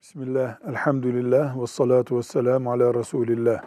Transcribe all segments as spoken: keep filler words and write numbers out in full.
Bismillah, elhamdülillah, ve salatu ve selamu ala Resulillah.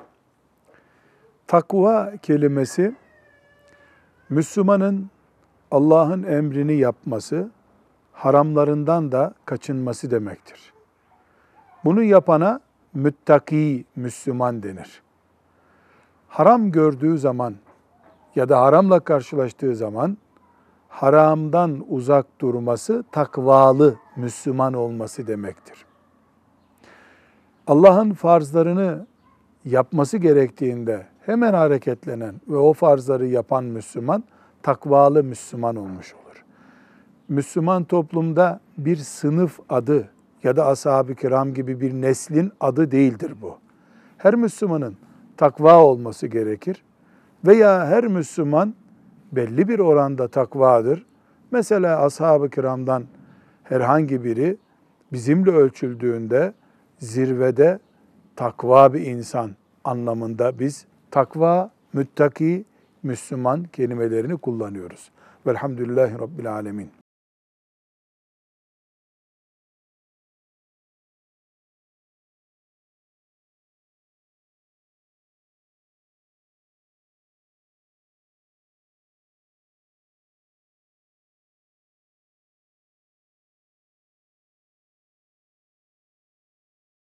Takva kelimesi, Müslümanın Allah'ın emrini yapması, haramlarından da kaçınması demektir. Bunu yapana müttaki Müslüman denir. Haram gördüğü zaman ya da haramla karşılaştığı zaman, haramdan uzak durması takvalı Müslüman olması demektir. Allah'ın farzlarını yapması gerektiğinde hemen hareketlenen ve o farzları yapan Müslüman, takvalı Müslüman olmuş olur. Müslüman toplumda bir sınıf adı ya da ashab-ı kiram gibi bir neslin adı değildir bu. Her Müslümanın takva olması gerekir veya her Müslüman belli bir oranda takvadır. Mesela ashab-ı kiramdan herhangi biri bizimle ölçüldüğünde zirvede takva bir insan anlamında biz takva, müttaki, Müslüman kelimelerini kullanıyoruz. Velhamdülillahi Rabbil Alemin.